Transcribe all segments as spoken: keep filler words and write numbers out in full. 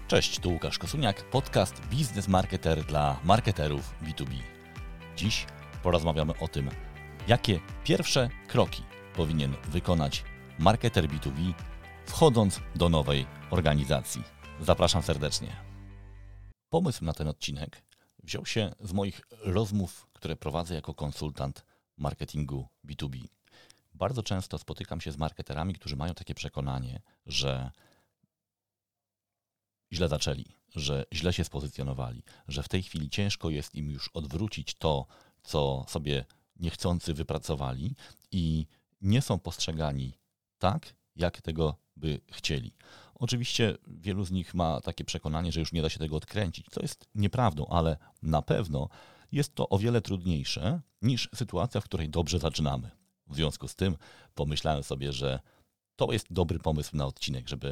Cześć, tu Łukasz Kosuniak, podcast Biznes Marketer dla marketerów B dwa B. Dziś porozmawiamy o tym, jakie pierwsze kroki powinien wykonać marketer B dwa B, wchodząc do nowej organizacji. Zapraszam serdecznie. Pomysł na ten odcinek wziął się z moich rozmów, które prowadzę jako konsultant marketingu B dwa B. Bardzo często spotykam się z marketerami, którzy mają takie przekonanie, że źle zaczęli, że źle się spozycjonowali, że w tej chwili ciężko jest im już odwrócić to, co sobie niechcący wypracowali i nie są postrzegani tak, jak tego by chcieli. Oczywiście wielu z nich ma takie przekonanie, że już nie da się tego odkręcić, co jest nieprawdą, ale na pewno jest to o wiele trudniejsze niż sytuacja, w której dobrze zaczynamy. W związku z tym pomyślałem sobie, że to jest dobry pomysł na odcinek, żeby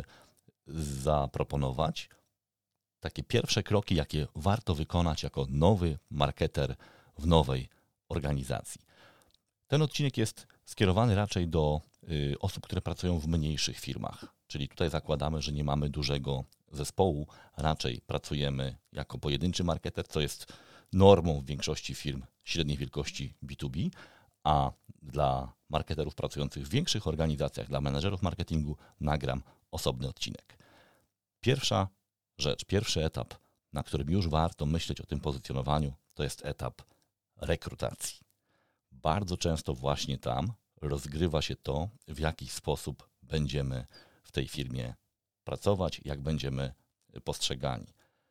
zaproponować takie pierwsze kroki, jakie warto wykonać jako nowy marketer w nowej organizacji. Ten odcinek jest skierowany raczej do y, osób, które pracują w mniejszych firmach, czyli tutaj zakładamy, że nie mamy dużego zespołu, raczej pracujemy jako pojedynczy marketer, co jest normą w większości firm średniej wielkości B dwa B, a dla marketerów pracujących w większych organizacjach, dla menedżerów marketingu nagram osobny odcinek. Pierwsza rzecz, pierwszy etap, na którym już warto myśleć o tym pozycjonowaniu, to jest etap rekrutacji. Bardzo często właśnie tam rozgrywa się to, w jaki sposób będziemy w tej firmie pracować, jak będziemy postrzegani.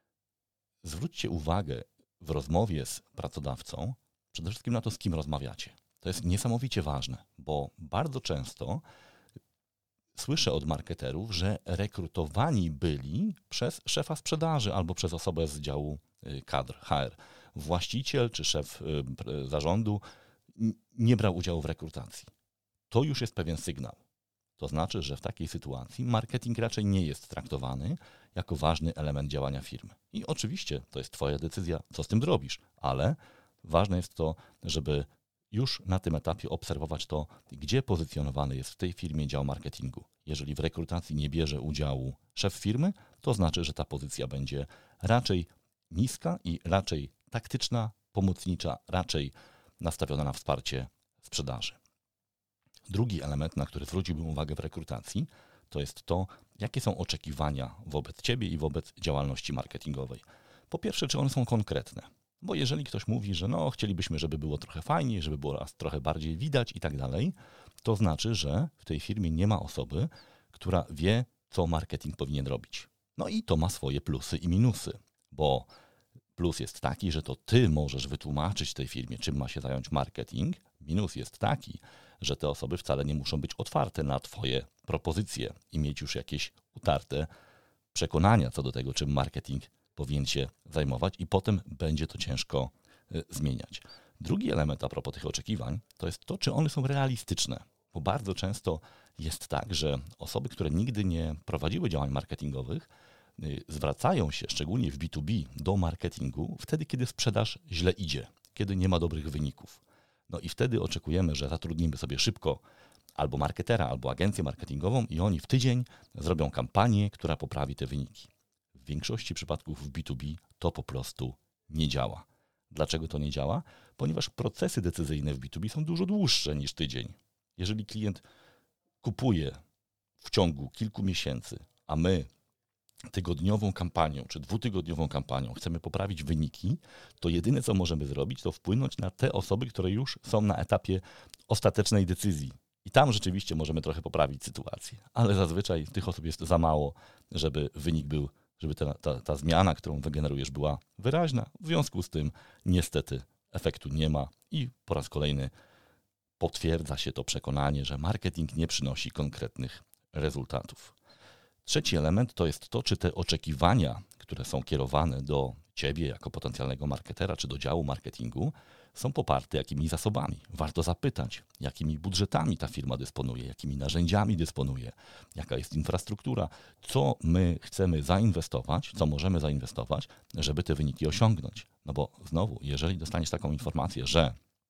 Zwróćcie uwagę w rozmowie z pracodawcą przede wszystkim na to, z kim rozmawiacie. To jest niesamowicie ważne, bo bardzo często słyszę od marketerów, że rekrutowani byli przez szefa sprzedaży albo przez osobę z działu kadr H R. Właściciel czy szef zarządu nie brał udziału w rekrutacji. To już jest pewien sygnał. To znaczy, że w takiej sytuacji marketing raczej nie jest traktowany jako ważny element działania firmy. I oczywiście to jest Twoja decyzja, co z tym zrobisz, ale ważne jest to, żeby już na tym etapie obserwować to, gdzie pozycjonowany jest w tej firmie dział marketingu. Jeżeli w rekrutacji nie bierze udziału szef firmy, to znaczy, że ta pozycja będzie raczej niska i raczej taktyczna, pomocnicza, raczej nastawiona na wsparcie sprzedaży. Drugi element, na który zwróciłbym uwagę w rekrutacji, to jest to, jakie są oczekiwania wobec Ciebie i wobec działalności marketingowej. Po pierwsze, czy one są konkretne? Bo jeżeli ktoś mówi, że no chcielibyśmy, żeby było trochę fajniej, żeby było raz trochę bardziej widać i tak dalej, to znaczy, że w tej firmie nie ma osoby, która wie, co marketing powinien robić. No i to ma swoje plusy i minusy, bo plus jest taki, że to Ty możesz wytłumaczyć tej firmie, czym ma się zająć marketing. Minus jest taki, że te osoby wcale nie muszą być otwarte na Twoje propozycje i mieć już jakieś utarte przekonania co do tego, czym marketing powinien się zajmować i potem będzie to ciężko y, zmieniać. Drugi element a propos tych oczekiwań to jest to, czy one są realistyczne, bo bardzo często jest tak, że osoby, które nigdy nie prowadziły działań marketingowych, y, zwracają się, szczególnie w B dwa B, do marketingu wtedy, kiedy sprzedaż źle idzie, kiedy nie ma dobrych wyników. No i wtedy oczekujemy, że zatrudnimy sobie szybko albo marketera, albo agencję marketingową i oni w tydzień zrobią kampanię, która poprawi te wyniki. W większości przypadków w B dwa B to po prostu nie działa. Dlaczego to nie działa? Ponieważ procesy decyzyjne w B dwa B są dużo dłuższe niż tydzień. Jeżeli klient kupuje w ciągu kilku miesięcy, a my tygodniową kampanią czy dwutygodniową kampanią chcemy poprawić wyniki, to jedyne co możemy zrobić, to wpłynąć na te osoby, które już są na etapie ostatecznej decyzji. I tam rzeczywiście możemy trochę poprawić sytuację, ale zazwyczaj tych osób jest za mało, żeby wynik był żeby ta, ta, ta zmiana, którą wygenerujesz, była wyraźna. W związku z tym niestety efektu nie ma i po raz kolejny potwierdza się to przekonanie, że marketing nie przynosi konkretnych rezultatów. Trzeci element to jest to, czy te oczekiwania, które są kierowane do Ciebie jako potencjalnego marketera, czy do działu marketingu, są poparte jakimi zasobami. Warto zapytać, jakimi budżetami ta firma dysponuje, jakimi narzędziami dysponuje, jaka jest infrastruktura, co my chcemy zainwestować, co możemy zainwestować, żeby te wyniki osiągnąć. No bo znowu, jeżeli dostaniesz taką informację, że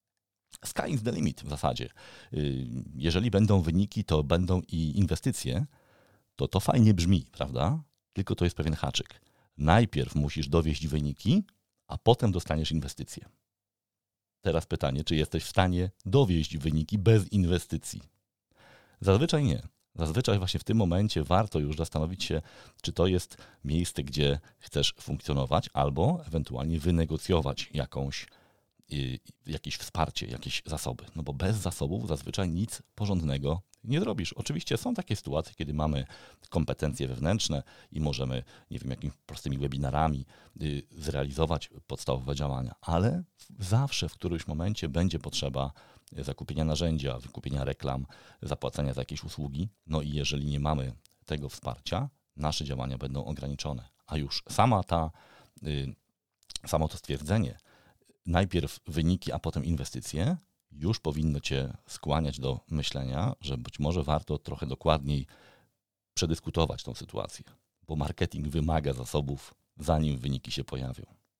sky is the limit w zasadzie, jeżeli będą wyniki, to będą i inwestycje, to to fajnie brzmi, prawda? Tylko to jest pewien haczyk. Najpierw musisz dowieść wyniki, a potem dostaniesz inwestycje. Teraz pytanie, czy jesteś w stanie dowieść wyniki bez inwestycji? Zazwyczaj nie. Zazwyczaj właśnie w tym momencie warto już zastanowić się, czy to jest miejsce, gdzie chcesz funkcjonować, albo ewentualnie wynegocjować jakąś, y, jakieś wsparcie, jakieś zasoby. No bo bez zasobów zazwyczaj nic porządnego nie zrobisz. Oczywiście są takie sytuacje, kiedy mamy kompetencje wewnętrzne i możemy, nie wiem, jakimiś prostymi webinarami y, zrealizować podstawowe działania, ale zawsze w którymś momencie będzie potrzeba zakupienia narzędzia, wykupienia reklam, zapłacenia za jakieś usługi. No i jeżeli nie mamy tego wsparcia, nasze działania będą ograniczone. A już sama ta, y, samo to stwierdzenie, najpierw wyniki, a potem inwestycje, już powinno Cię skłaniać do myślenia, że być może warto trochę dokładniej przedyskutować tą sytuację, bo marketing wymaga zasobów, zanim wyniki się pojawią.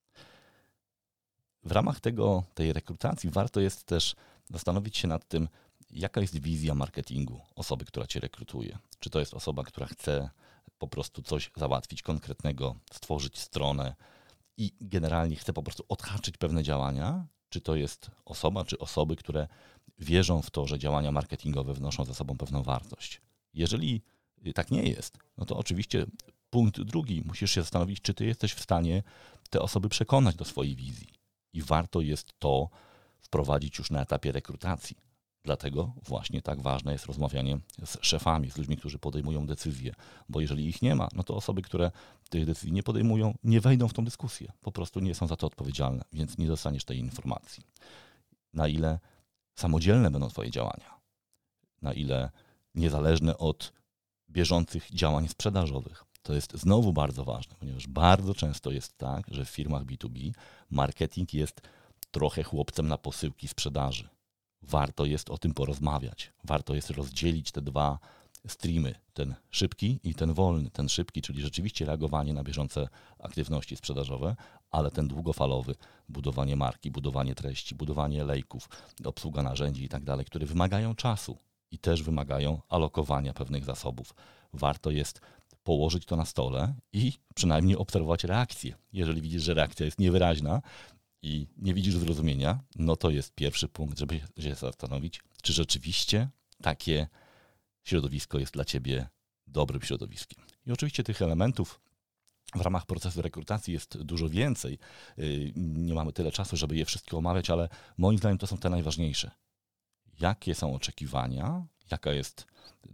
W ramach tego, tej rekrutacji warto jest też zastanowić się nad tym, jaka jest wizja marketingu osoby, która Cię rekrutuje. Czy to jest osoba, która chce po prostu coś załatwić konkretnego, stworzyć stronę i generalnie chce po prostu odhaczyć pewne działania, czy to jest osoba, czy osoby, które wierzą w to, że działania marketingowe wnoszą ze sobą pewną wartość. Jeżeli tak nie jest, no to oczywiście punkt drugi, musisz się zastanowić, czy Ty jesteś w stanie te osoby przekonać do swojej wizji. I warto jest to wprowadzić już na etapie rekrutacji. Dlatego właśnie tak ważne jest rozmawianie z szefami, z ludźmi, którzy podejmują decyzje. Bo jeżeli ich nie ma, no to osoby, które tych decyzji nie podejmują, nie wejdą w tą dyskusję. Po prostu nie są za to odpowiedzialne, więc nie dostaniesz tej informacji. Na ile samodzielne będą Twoje działania, na ile niezależne od bieżących działań sprzedażowych. To jest znowu bardzo ważne, ponieważ bardzo często jest tak, że w firmach B dwa B marketing jest trochę chłopcem na posyłki sprzedaży. Warto jest o tym porozmawiać. Warto jest rozdzielić te dwa streamy, ten szybki i ten wolny. Ten szybki, czyli rzeczywiście reagowanie na bieżące aktywności sprzedażowe, ale ten długofalowy, budowanie marki, budowanie treści, budowanie lejków, obsługa narzędzi i tak dalej, które wymagają czasu i też wymagają alokowania pewnych zasobów. Warto jest położyć to na stole i przynajmniej obserwować reakcję. Jeżeli widzisz, że reakcja jest niewyraźna i nie widzisz zrozumienia, no to jest pierwszy punkt, żeby się zastanowić, czy rzeczywiście takie środowisko jest dla Ciebie dobrym środowiskiem. I oczywiście tych elementów w ramach procesu rekrutacji jest dużo więcej. Nie mamy tyle czasu, żeby je wszystkie omawiać, ale moim zdaniem to są te najważniejsze. Jakie są oczekiwania, jaka jest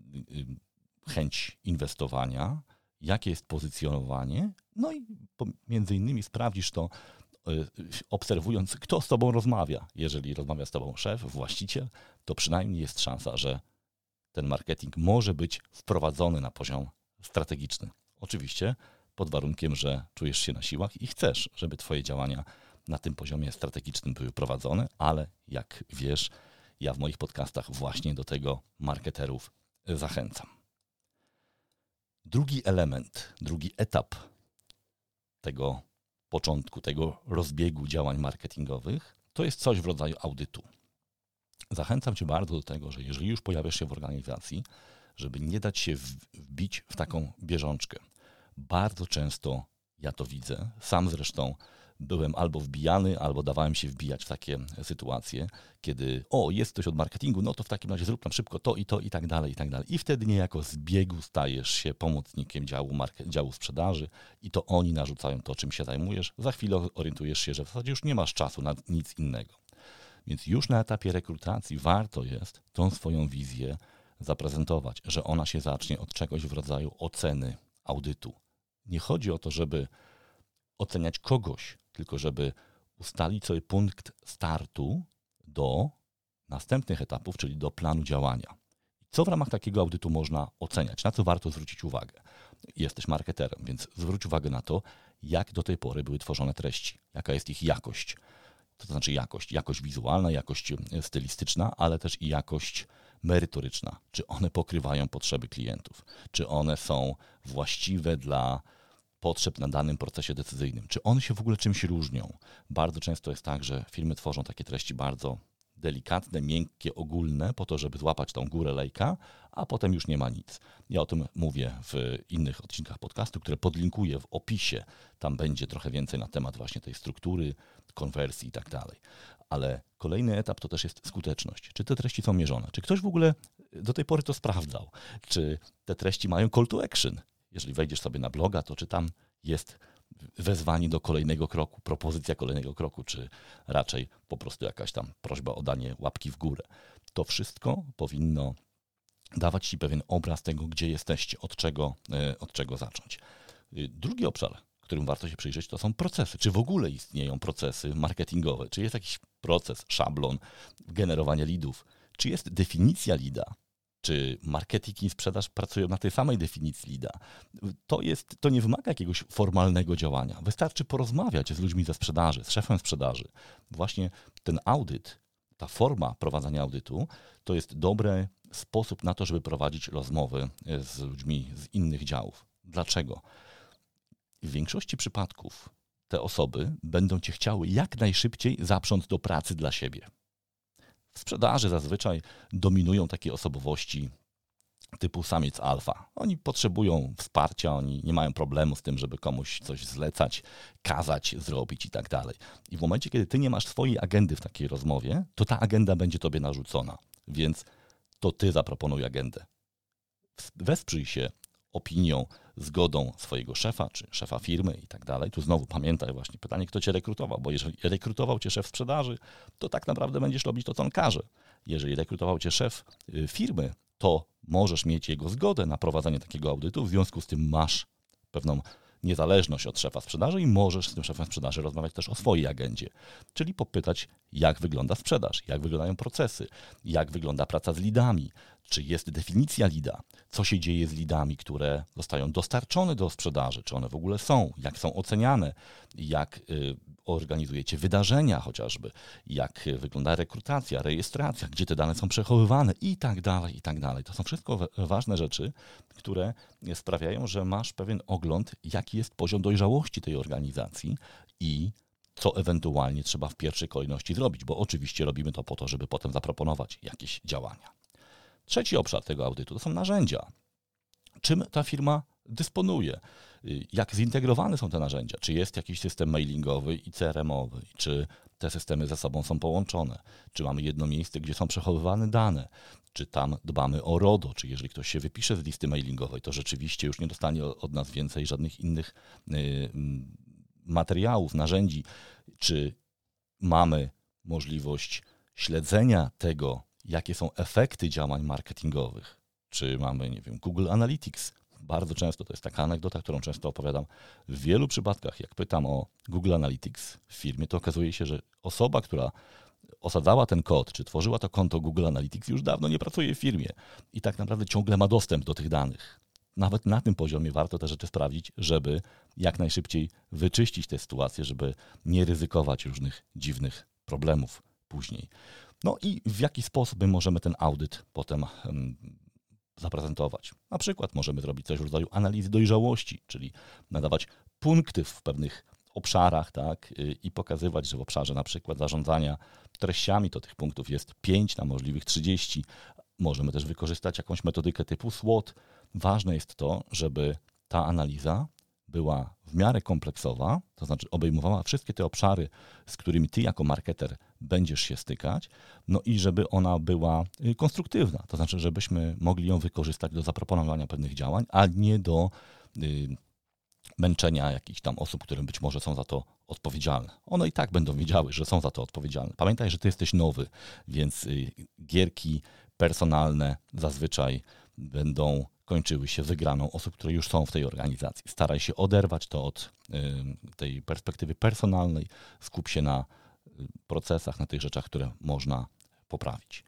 chęć inwestowania, jakie jest pozycjonowanie, no i między innymi sprawdzisz to, obserwując, kto z Tobą rozmawia. Jeżeli rozmawia z Tobą szef, właściciel, to przynajmniej jest szansa, że ten marketing może być wprowadzony na poziom strategiczny. Oczywiście pod warunkiem, że czujesz się na siłach i chcesz, żeby Twoje działania na tym poziomie strategicznym były prowadzone, ale jak wiesz, ja w moich podcastach właśnie do tego marketerów zachęcam. Drugi element, drugi etap tego początku, tego rozbiegu działań marketingowych, to jest coś w rodzaju audytu. Zachęcam Cię bardzo do tego, że jeżeli już pojawiasz się w organizacji, żeby nie dać się wbić w taką bieżączkę. Bardzo często ja to widzę, sam zresztą byłem albo wbijany, albo dawałem się wbijać w takie sytuacje, kiedy o, jest ktoś od marketingu, no to w takim razie zrób nam szybko to i to i tak dalej, i tak dalej. I wtedy niejako z biegu stajesz się pomocnikiem działu, market, działu sprzedaży i to oni narzucają to, czym się zajmujesz. Za chwilę orientujesz się, że w zasadzie już nie masz czasu na nic innego. Więc już na etapie rekrutacji warto jest tą swoją wizję zaprezentować, że ona się zacznie od czegoś w rodzaju oceny, audytu. Nie chodzi o to, żeby oceniać kogoś, tylko żeby ustalić sobie punkt startu do następnych etapów, czyli do planu działania. Co w ramach takiego audytu można oceniać? Na co warto zwrócić uwagę? Jesteś marketerem, więc zwróć uwagę na to, jak do tej pory były tworzone treści, jaka jest ich jakość. To znaczy jakość, jakość wizualna, jakość stylistyczna, ale też i jakość merytoryczna. Czy one pokrywają potrzeby klientów? Czy one są właściwe dla potrzeb na danym procesie decyzyjnym? Czy one się w ogóle czymś różnią? Bardzo często jest tak, że firmy tworzą takie treści bardzo delikatne, miękkie, ogólne, po to, żeby złapać tą górę lejka, a potem już nie ma nic. Ja o tym mówię w innych odcinkach podcastu, które podlinkuję w opisie. Tam będzie trochę więcej na temat właśnie tej struktury, konwersji i tak dalej. Ale kolejny etap to też jest skuteczność. Czy te treści są mierzone? Czy ktoś w ogóle do tej pory to sprawdzał? Czy te treści mają call to action? Jeżeli wejdziesz sobie na bloga, to czy tam jest wezwanie do kolejnego kroku, propozycja kolejnego kroku, czy raczej po prostu jakaś tam prośba o danie łapki w górę. To wszystko powinno dawać Ci pewien obraz tego, gdzie jesteście, od czego, od czego zacząć. Drugi obszar, którym warto się przyjrzeć, to są procesy. Czy w ogóle istnieją procesy marketingowe? Czy jest jakiś proces, szablon generowania leadów? Czy jest definicja leada? Czy marketing i sprzedaż pracują na tej samej definicji leada? To, jest, to nie wymaga jakiegoś formalnego działania. Wystarczy porozmawiać z ludźmi ze sprzedaży, z szefem sprzedaży. Właśnie ten audyt, ta forma prowadzenia audytu, to jest dobry sposób na to, żeby prowadzić rozmowy z ludźmi z innych działów. Dlaczego? W większości przypadków te osoby będą Cię chciały jak najszybciej zaprząc do pracy dla siebie. W sprzedaży zazwyczaj dominują takie osobowości typu samiec alfa. Oni potrzebują wsparcia, oni nie mają problemu z tym, żeby komuś coś zlecać, kazać zrobić i tak dalej. I w momencie, kiedy Ty nie masz swojej agendy w takiej rozmowie, to ta agenda będzie Tobie narzucona. Więc to Ty zaproponuj agendę. Wesprzyj się opinią, zgodą swojego szefa, czy szefa firmy i tak dalej. Tu znowu pamiętaj właśnie pytanie, kto Cię rekrutował, bo jeżeli rekrutował Cię szef sprzedaży, to tak naprawdę będziesz robić to, co on każe. Jeżeli rekrutował Cię szef firmy, to możesz mieć jego zgodę na prowadzenie takiego audytu, w związku z tym masz pewną niezależność od szefa sprzedaży i możesz z tym szefem sprzedaży rozmawiać też o swojej agendzie. Czyli popytać, jak wygląda sprzedaż, jak wyglądają procesy, jak wygląda praca z leadami, czy jest definicja leada, co się dzieje z leadami, które zostają dostarczone do sprzedaży, czy one w ogóle są, jak są oceniane, jak y, organizujecie wydarzenia chociażby, jak wygląda rekrutacja, rejestracja, gdzie te dane są przechowywane i tak dalej, i tak dalej. To są wszystko ważne rzeczy, które sprawiają, że masz pewien ogląd, jaki jest poziom dojrzałości tej organizacji i co ewentualnie trzeba w pierwszej kolejności zrobić, bo oczywiście robimy to po to, żeby potem zaproponować jakieś działania. Trzeci obszar tego audytu to są narzędzia. Czym ta firma dysponuje? Jak zintegrowane są te narzędzia? Czy jest jakiś system mailingowy i C R M-owy? Czy te systemy ze sobą są połączone? Czy mamy jedno miejsce, gdzie są przechowywane dane? Czy tam dbamy o RODO? Czy jeżeli ktoś się wypisze z listy mailingowej, to rzeczywiście już nie dostanie od nas więcej żadnych innych materiałów, narzędzi? Czy mamy możliwość śledzenia tego, jakie są efekty działań marketingowych? Czy mamy, nie wiem, Google Analytics? Bardzo często, to jest taka anegdota, którą często opowiadam, w wielu przypadkach, jak pytam o Google Analytics w firmie, to okazuje się, że osoba, która osadzała ten kod, czy tworzyła to konto Google Analytics, już dawno nie pracuje w firmie i tak naprawdę ciągle ma dostęp do tych danych. Nawet na tym poziomie warto te rzeczy sprawdzić, żeby jak najszybciej wyczyścić tę sytuację, żeby nie ryzykować różnych dziwnych problemów później. No i w jaki sposób my możemy ten audyt potem um, zaprezentować? Na przykład możemy zrobić coś w rodzaju analizy dojrzałości, czyli nadawać punkty w pewnych obszarach, tak, i pokazywać, że w obszarze na przykład zarządzania treściami to tych punktów jest pięć na możliwych trzydzieści. Możemy też wykorzystać jakąś metodykę typu SWOT. Ważne jest to, żeby ta analiza była w miarę kompleksowa, to znaczy obejmowała wszystkie te obszary, z którymi ty jako marketer będziesz się stykać, no i żeby ona była konstruktywna, to znaczy żebyśmy mogli ją wykorzystać do zaproponowania pewnych działań, a nie do y, męczenia jakichś tam osób, które być może są za to odpowiedzialne. One i tak będą wiedziały, że są za to odpowiedzialne. Pamiętaj, że ty jesteś nowy, więc y, gierki personalne zazwyczaj będą kończyły się wygraną osób, które już są w tej organizacji. Staraj się oderwać to od y, tej perspektywy personalnej, skup się na y, procesach, na tych rzeczach, które można poprawić.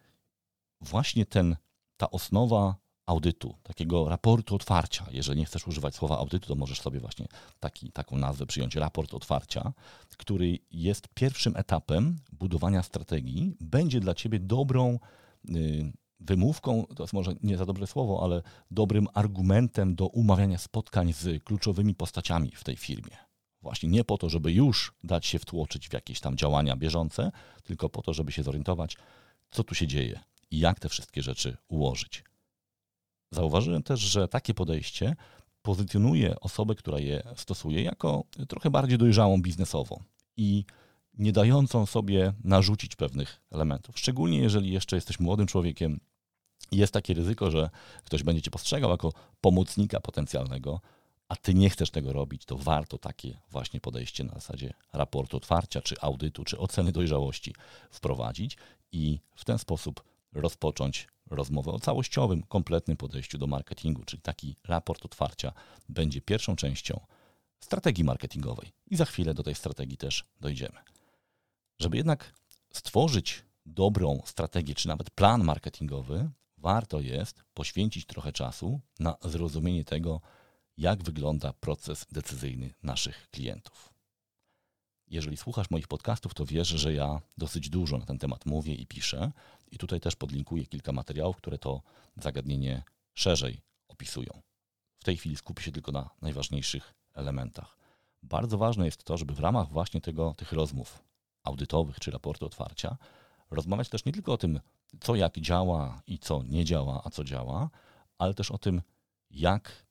Właśnie ten, ta osnowa audytu, takiego raportu otwarcia, jeżeli nie chcesz używać słowa audytu, to możesz sobie właśnie taki, taką nazwę przyjąć, raport otwarcia, który jest pierwszym etapem budowania strategii, będzie dla ciebie dobrą y, wymówką, to jest może nie za dobre słowo, ale dobrym argumentem do umawiania spotkań z kluczowymi postaciami w tej firmie. Właśnie nie po to, żeby już dać się wtłoczyć w jakieś tam działania bieżące, tylko po to, żeby się zorientować, co tu się dzieje i jak te wszystkie rzeczy ułożyć. Zauważyłem też, że takie podejście pozycjonuje osobę, która je stosuje, jako trochę bardziej dojrzałą biznesowo i nie dającą sobie narzucić pewnych elementów. Szczególnie jeżeli jeszcze jesteś młodym człowiekiem, jest takie ryzyko, że ktoś będzie cię postrzegał jako pomocnika potencjalnego, a ty nie chcesz tego robić, to warto takie właśnie podejście na zasadzie raportu otwarcia, czy audytu, czy oceny dojrzałości wprowadzić i w ten sposób rozpocząć rozmowę o całościowym, kompletnym podejściu do marketingu, czyli taki raport otwarcia będzie pierwszą częścią strategii marketingowej i za chwilę do tej strategii też dojdziemy. Żeby jednak stworzyć dobrą strategię, czy nawet plan marketingowy, warto jest poświęcić trochę czasu na zrozumienie tego, jak wygląda proces decyzyjny naszych klientów. Jeżeli słuchasz moich podcastów, to wiesz, że ja dosyć dużo na ten temat mówię i piszę i tutaj też podlinkuję kilka materiałów, które to zagadnienie szerzej opisują. W tej chwili skupię się tylko na najważniejszych elementach. Bardzo ważne jest to, żeby w ramach właśnie tego, tych rozmów audytowych czy raportu otwarcia rozmawiać też nie tylko o tym, co jak działa i co nie działa, a co działa, ale też o tym, jak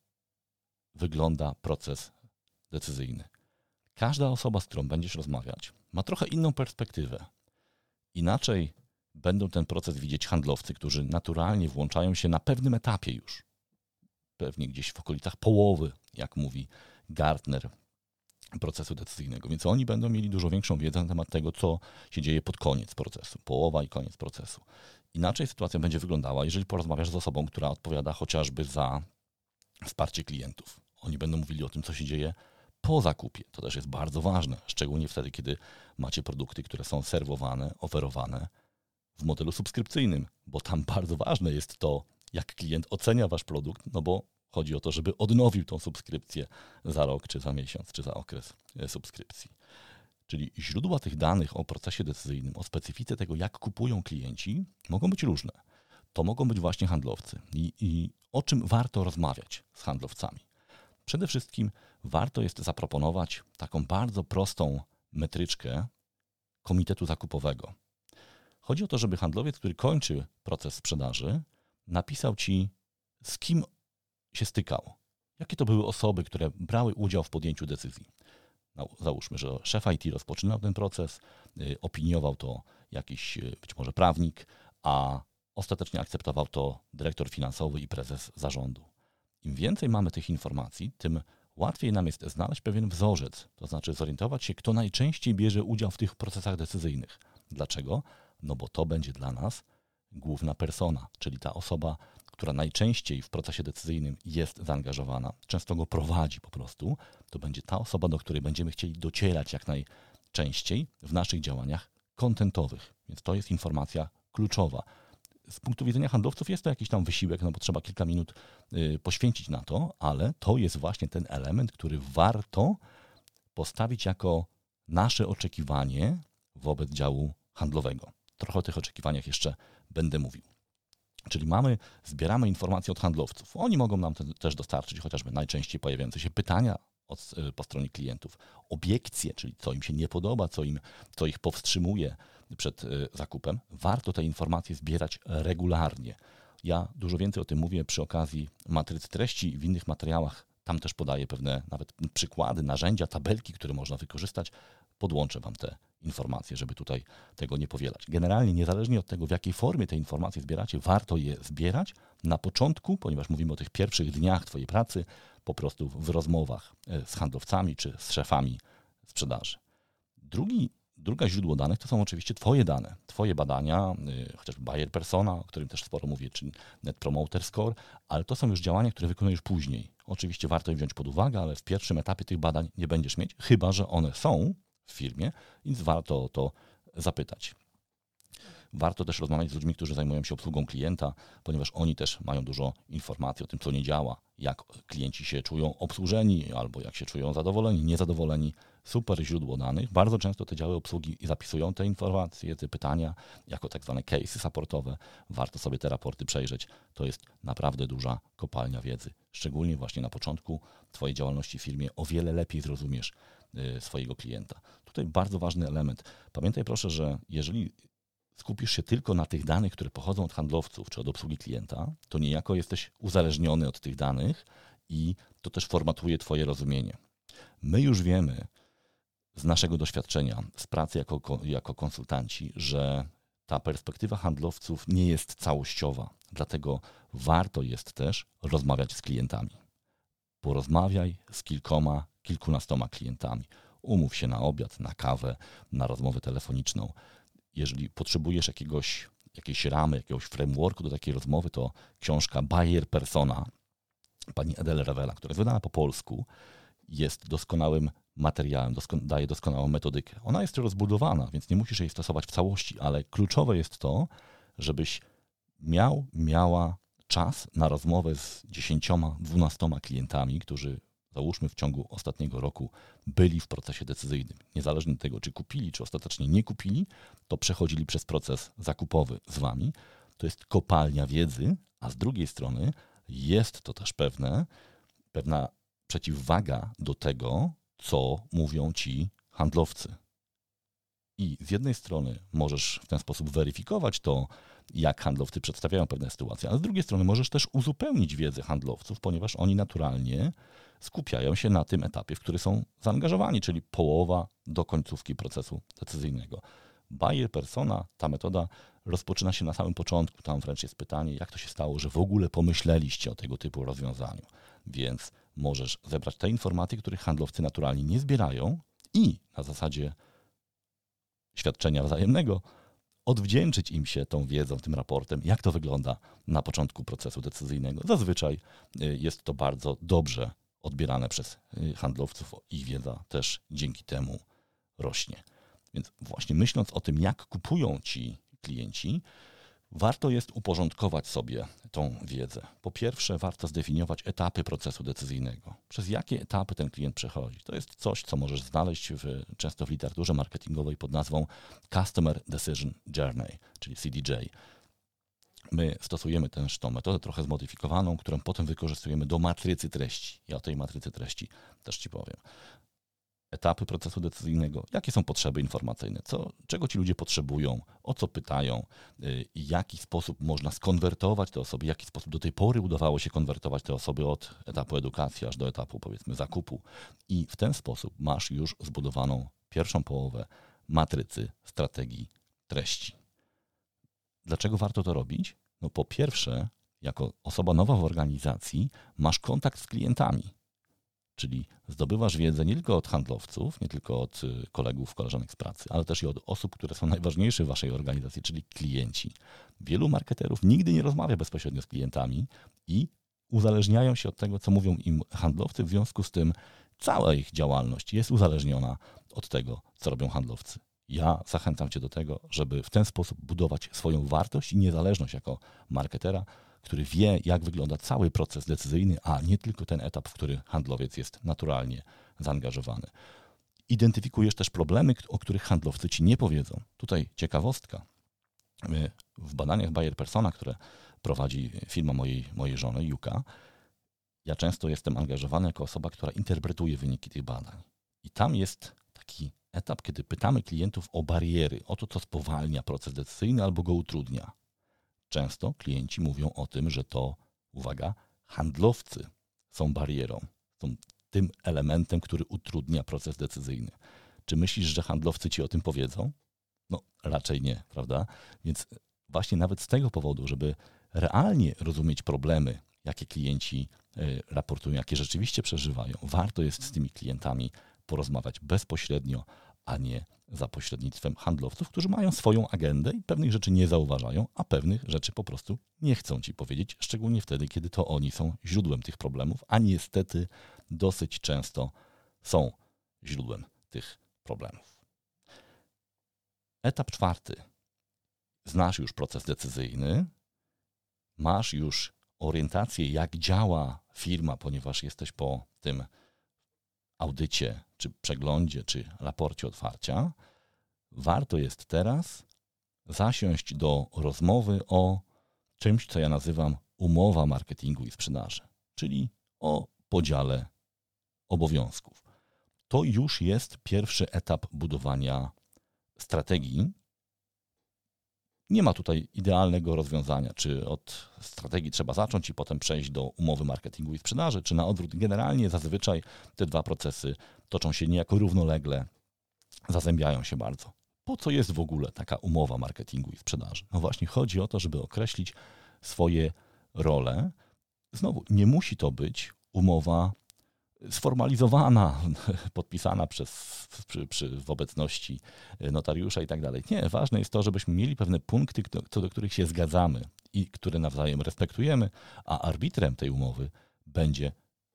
wygląda proces decyzyjny. Każda osoba, z którą będziesz rozmawiać, ma trochę inną perspektywę. Inaczej będą ten proces widzieć handlowcy, którzy naturalnie włączają się na pewnym etapie już. Pewnie gdzieś w okolicach połowy, jak mówi Gartner, procesu decyzyjnego. Więc oni będą mieli dużo większą wiedzę na temat tego, co się dzieje pod koniec procesu, połowa i koniec procesu. Inaczej sytuacja będzie wyglądała, jeżeli porozmawiasz z osobą, która odpowiada chociażby za wsparcie klientów. Oni będą mówili o tym, co się dzieje po zakupie. To też jest bardzo ważne, szczególnie wtedy, kiedy macie produkty, które są serwowane, oferowane w modelu subskrypcyjnym, bo tam bardzo ważne jest to, jak klient ocenia wasz produkt, no bo chodzi o to, żeby odnowił tą subskrypcję za rok, czy za miesiąc, czy za okres subskrypcji. Czyli źródła tych danych o procesie decyzyjnym, o specyfice tego, jak kupują klienci, mogą być różne. To mogą być właśnie handlowcy. I, i o czym warto rozmawiać z handlowcami? Przede wszystkim warto jest zaproponować taką bardzo prostą metryczkę komitetu zakupowego. Chodzi o to, żeby handlowiec, który kończy proces sprzedaży, napisał ci, z kim się stykał. Jakie to były osoby, które brały udział w podjęciu decyzji. No, załóżmy, że szef I T rozpoczynał ten proces, y, opiniował to jakiś y, być może prawnik, a ostatecznie akceptował to dyrektor finansowy i prezes zarządu. Im więcej mamy tych informacji, tym łatwiej nam jest znaleźć pewien wzorzec, to znaczy zorientować się, kto najczęściej bierze udział w tych procesach decyzyjnych. Dlaczego? No bo to będzie dla nas główna persona, czyli ta osoba, która najczęściej w procesie decyzyjnym jest zaangażowana, często go prowadzi po prostu, to będzie ta osoba, do której będziemy chcieli docierać jak najczęściej w naszych działaniach kontentowych. Więc to jest informacja kluczowa. Z punktu widzenia handlowców jest to jakiś tam wysiłek, no bo trzeba kilka minut y, poświęcić na to, ale to jest właśnie ten element, który warto postawić jako nasze oczekiwanie wobec działu handlowego. Trochę o tych oczekiwaniach jeszcze będę mówił. Czyli mamy, zbieramy informacje od handlowców. Oni mogą nam te, też dostarczyć chociażby najczęściej pojawiające się pytania od, po stronie klientów, obiekcje, czyli co im się nie podoba, co, im, co ich powstrzymuje przed y, zakupem. Warto te informacje zbierać regularnie. Ja dużo więcej o tym mówię przy okazji matrycy treści w innych materiałach. Tam też podaję pewne nawet przykłady, narzędzia, tabelki, które można wykorzystać. Podłączę Wam te informacje, żeby tutaj tego nie powielać. Generalnie niezależnie od tego, w jakiej formie te informacje zbieracie, warto je zbierać na początku, ponieważ mówimy o tych pierwszych dniach Twojej pracy, po prostu w rozmowach z handlowcami czy z szefami sprzedaży. Drugi, druga źródło danych to są oczywiście Twoje dane, Twoje badania, yy, chociażby buyer persona, o którym też sporo mówię, czy Net Promoter Score, ale to są już działania, które wykonujesz później. Oczywiście warto je wziąć pod uwagę, ale w pierwszym etapie tych badań nie będziesz mieć, chyba że one są w firmie, więc warto o to zapytać. Warto też rozmawiać z ludźmi, którzy zajmują się obsługą klienta, ponieważ oni też mają dużo informacji o tym, co nie działa, jak klienci się czują obsłużeni albo jak się czują zadowoleni, niezadowoleni super źródło danych. Bardzo często te działy obsługi zapisują te informacje, te pytania jako tak zwane case'y supportowe. Warto sobie te raporty przejrzeć. To jest naprawdę duża kopalnia wiedzy. Szczególnie właśnie na początku twojej działalności w firmie o wiele lepiej zrozumiesz y, swojego klienta. Tutaj bardzo ważny element. Pamiętaj proszę, że jeżeli skupisz się tylko na tych danych, które pochodzą od handlowców czy od obsługi klienta, to niejako jesteś uzależniony od tych danych i to też formatuje twoje rozumienie. My już wiemy z naszego doświadczenia, z pracy jako, jako konsultanci, że ta perspektywa handlowców nie jest całościowa. Dlatego warto jest też rozmawiać z klientami. Porozmawiaj z kilkoma, kilkunastoma klientami. Umów się na obiad, na kawę, na rozmowę telefoniczną. Jeżeli potrzebujesz jakiegoś, jakiejś ramy, jakiegoś frameworku do takiej rozmowy, to książka Buyer Persona pani Adele Revela, która jest wydana po polsku, jest doskonałym materiałem, dosko- daje doskonałą metodykę. Ona jest rozbudowana, więc nie musisz jej stosować w całości, ale kluczowe jest to, żebyś miał, miała czas na rozmowę z dziesięcioma, dwunastoma klientami, którzy załóżmy w ciągu ostatniego roku byli w procesie decyzyjnym. Niezależnie od tego, czy kupili, czy ostatecznie nie kupili, to przechodzili przez proces zakupowy z wami. To jest kopalnia wiedzy, a z drugiej strony jest to też pewne, pewna przeciwwaga do tego, co mówią ci handlowcy. I z jednej strony możesz w ten sposób weryfikować to, jak handlowcy przedstawiają pewne sytuacje, ale z drugiej strony możesz też uzupełnić wiedzę handlowców, ponieważ oni naturalnie skupiają się na tym etapie, w który są zaangażowani, czyli połowa do końcówki procesu decyzyjnego. Buyer persona, ta metoda rozpoczyna się na samym początku. Tam wręcz jest pytanie, jak to się stało, że w ogóle pomyśleliście o tego typu rozwiązaniu. Więc możesz zebrać te informacje, których handlowcy naturalnie nie zbierają i na zasadzie świadczenia wzajemnego odwdzięczyć im się tą wiedzą, tym raportem, jak to wygląda na początku procesu decyzyjnego. Zazwyczaj jest to bardzo dobrze odbierane przez handlowców. Ich wiedza też dzięki temu rośnie. Więc właśnie myśląc o tym, jak kupują ci klienci, warto jest uporządkować sobie tą wiedzę. Po pierwsze, warto zdefiniować etapy procesu decyzyjnego. Przez jakie etapy ten klient przechodzi. To jest coś, co możesz znaleźć w, często w literaturze marketingowej pod nazwą Customer Decision Journey, czyli C D J. My stosujemy też tą metodę trochę zmodyfikowaną, którą potem wykorzystujemy do matrycy treści. Ja o tej matrycy treści też ci powiem. Etapy procesu decyzyjnego, jakie są potrzeby informacyjne, co, czego ci ludzie potrzebują, o co pytają i w jaki sposób można skonwertować te osoby, w jaki sposób do tej pory udawało się konwertować te osoby od etapu edukacji aż do etapu, powiedzmy, zakupu. I w ten sposób masz już zbudowaną pierwszą połowę matrycy strategii treści. Dlaczego warto to robić? No po pierwsze, jako osoba nowa w organizacji masz kontakt z klientami. Czyli zdobywasz wiedzę nie tylko od handlowców, nie tylko od kolegów, koleżanek z pracy, ale też i od osób, które są najważniejsze w waszej organizacji, czyli klienci. Wielu marketerów nigdy nie rozmawia bezpośrednio z klientami i uzależniają się od tego, co mówią im handlowcy, w związku z tym cała ich działalność jest uzależniona od tego, co robią handlowcy. Ja zachęcam cię do tego, żeby w ten sposób budować swoją wartość i niezależność jako marketera, który wie, jak wygląda cały proces decyzyjny, a nie tylko ten etap, w który handlowiec jest naturalnie zaangażowany. Identyfikujesz też problemy, o których handlowcy ci nie powiedzą. Tutaj ciekawostka. My w badaniach Buyer Persona, które prowadzi firma mojej, mojej żony, Juka, ja często jestem angażowany jako osoba, która interpretuje wyniki tych badań. I tam jest taki etap, kiedy pytamy klientów o bariery, o to, co spowalnia proces decyzyjny albo go utrudnia. Często klienci mówią o tym, że to, uwaga, handlowcy są barierą, są tym elementem, który utrudnia proces decyzyjny. Czy myślisz, że handlowcy ci o tym powiedzą? No raczej nie, prawda? Więc właśnie nawet z tego powodu, żeby realnie rozumieć problemy, jakie klienci raportują, jakie rzeczywiście przeżywają, warto jest z tymi klientami porozmawiać bezpośrednio, a nie za pośrednictwem handlowców, którzy mają swoją agendę i pewnych rzeczy nie zauważają, a pewnych rzeczy po prostu nie chcą ci powiedzieć, szczególnie wtedy, kiedy to oni są źródłem tych problemów, a niestety dosyć często są źródłem tych problemów. Etap czwarty. Znasz już proces decyzyjny, masz już orientację, jak działa firma, ponieważ jesteś po tym audycie, czy przeglądzie, czy raporcie otwarcia, warto jest teraz zasiąść do rozmowy o czymś, co ja nazywam umowa marketingu i sprzedaży, czyli o podziale obowiązków. To już jest pierwszy etap budowania strategii. Nie ma tutaj idealnego rozwiązania, czy od strategii trzeba zacząć i potem przejść do umowy marketingu i sprzedaży, czy na odwrót. Generalnie zazwyczaj te dwa procesy toczą się niejako równolegle, zazębiają się bardzo. Po co jest w ogóle taka umowa marketingu i sprzedaży? No właśnie chodzi o to, żeby określić swoje role. Znowu, nie musi to być umowa sformalizowana, podpisana przez, przy, przy, w obecności notariusza i tak dalej. Nie, ważne jest to, żebyśmy mieli pewne punkty, co do których się zgadzamy i które nawzajem respektujemy, a arbitrem tej umowy będzie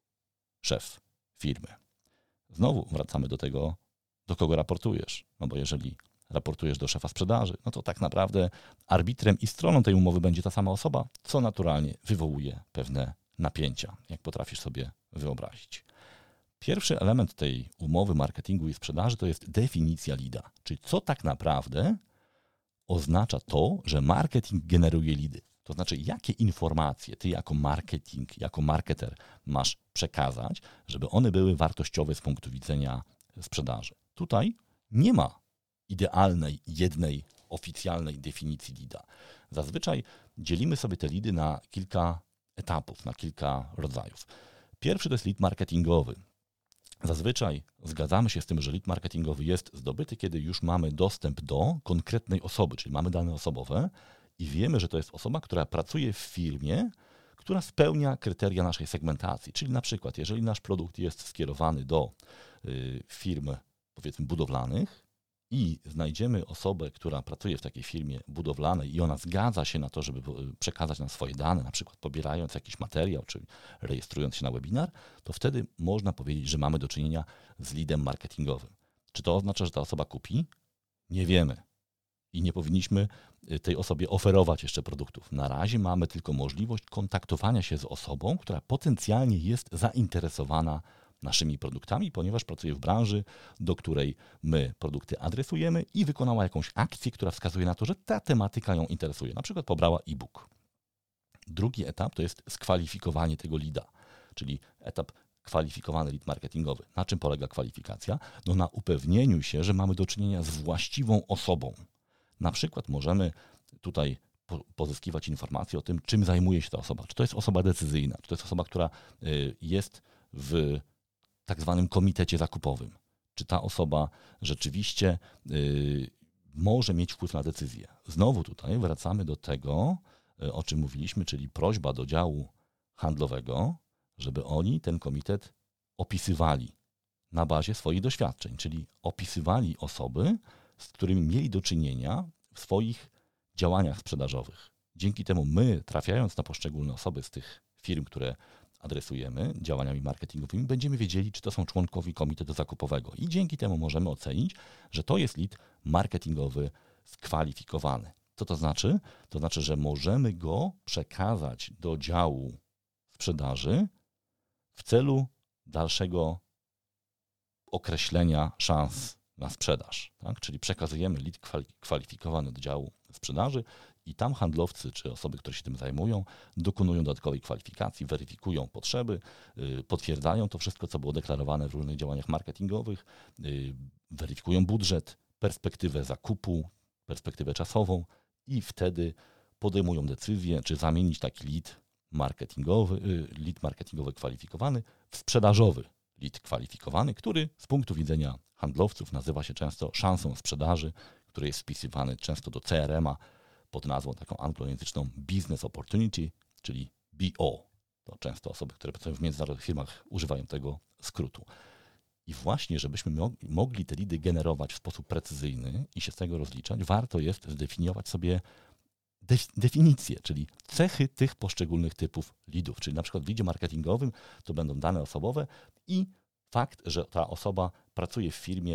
szef firmy. Znowu wracamy do tego, do kogo raportujesz. No bo jeżeli raportujesz do szefa sprzedaży, no to tak naprawdę arbitrem i stroną tej umowy będzie ta sama osoba, co naturalnie wywołuje pewne napięcia, jak potrafisz sobie wyobrazić. Pierwszy element tej umowy marketingu i sprzedaży to jest definicja leada, czyli co tak naprawdę oznacza to, że marketing generuje leady. To znaczy, jakie informacje ty jako marketing, jako marketer masz przekazać, żeby one były wartościowe z punktu widzenia sprzedaży. Tutaj nie ma idealnej, jednej oficjalnej definicji leada. Zazwyczaj dzielimy sobie te leady na kilka etapów, na kilka rodzajów. Pierwszy to jest lead marketingowy. Zazwyczaj zgadzamy się z tym, że lead marketingowy jest zdobyty, kiedy już mamy dostęp do konkretnej osoby, czyli mamy dane osobowe i wiemy, że to jest osoba, która pracuje w firmie, która spełnia kryteria naszej segmentacji. Czyli na przykład, jeżeli nasz produkt jest skierowany do y, firm, powiedzmy, budowlanych, i znajdziemy osobę, która pracuje w takiej firmie budowlanej i ona zgadza się na to, żeby przekazać nam swoje dane, na przykład pobierając jakiś materiał, czy rejestrując się na webinar, to wtedy można powiedzieć, że mamy do czynienia z leadem marketingowym. Czy to oznacza, że ta osoba kupi? Nie wiemy. I nie powinniśmy tej osobie oferować jeszcze produktów. Na razie mamy tylko możliwość kontaktowania się z osobą, która potencjalnie jest zainteresowana naszymi produktami, ponieważ pracuje w branży, do której my produkty adresujemy i wykonała jakąś akcję, która wskazuje na to, że ta tematyka ją interesuje. Na przykład pobrała e-book. Drugi etap to jest skwalifikowanie tego leada, czyli etap kwalifikowany lead marketingowy. Na czym polega kwalifikacja? No na upewnieniu się, że mamy do czynienia z właściwą osobą. Na przykład możemy tutaj pozyskiwać informacje o tym, czym zajmuje się ta osoba. Czy to jest osoba decyzyjna, czy to jest osoba, która jest w tak zwanym komitecie zakupowym. Czy ta osoba rzeczywiście y, może mieć wpływ na decyzję. Znowu tutaj wracamy do tego, y, o czym mówiliśmy, czyli prośba do działu handlowego, żeby oni ten komitet opisywali na bazie swoich doświadczeń, czyli opisywali osoby, z którymi mieli do czynienia w swoich działaniach sprzedażowych. Dzięki temu my, trafiając na poszczególne osoby z tych firm, które adresujemy działaniami marketingowymi, będziemy wiedzieli, czy to są członkowie komitetu zakupowego i dzięki temu możemy ocenić, że to jest lead marketingowy skwalifikowany. Co to znaczy? To znaczy, że możemy go przekazać do działu sprzedaży w celu dalszego określenia szans na sprzedaż. Tak? Czyli przekazujemy lead kwalifikowany do działu sprzedaży i tam handlowcy czy osoby, które się tym zajmują, dokonują dodatkowej kwalifikacji, weryfikują potrzeby, yy, potwierdzają to wszystko, co było deklarowane w różnych działaniach marketingowych, yy, weryfikują budżet, perspektywę zakupu, perspektywę czasową i wtedy podejmują decyzję, czy zamienić taki lead marketingowy, yy, lead marketingowy kwalifikowany w sprzedażowy lead kwalifikowany, który z punktu widzenia handlowców nazywa się często szansą sprzedaży, który jest wpisywany często do C R M-a pod nazwą taką anglojęzyczną Business Opportunity, czyli B O. To często osoby, które pracują w międzynarodowych firmach, używają tego skrótu. I właśnie, żebyśmy mogli te leady generować w sposób precyzyjny i się z tego rozliczać, warto jest zdefiniować sobie definicje, czyli cechy tych poszczególnych typów leadów. Czyli na przykład w leadzie marketingowym to będą dane osobowe i fakt, że ta osoba pracuje w firmie,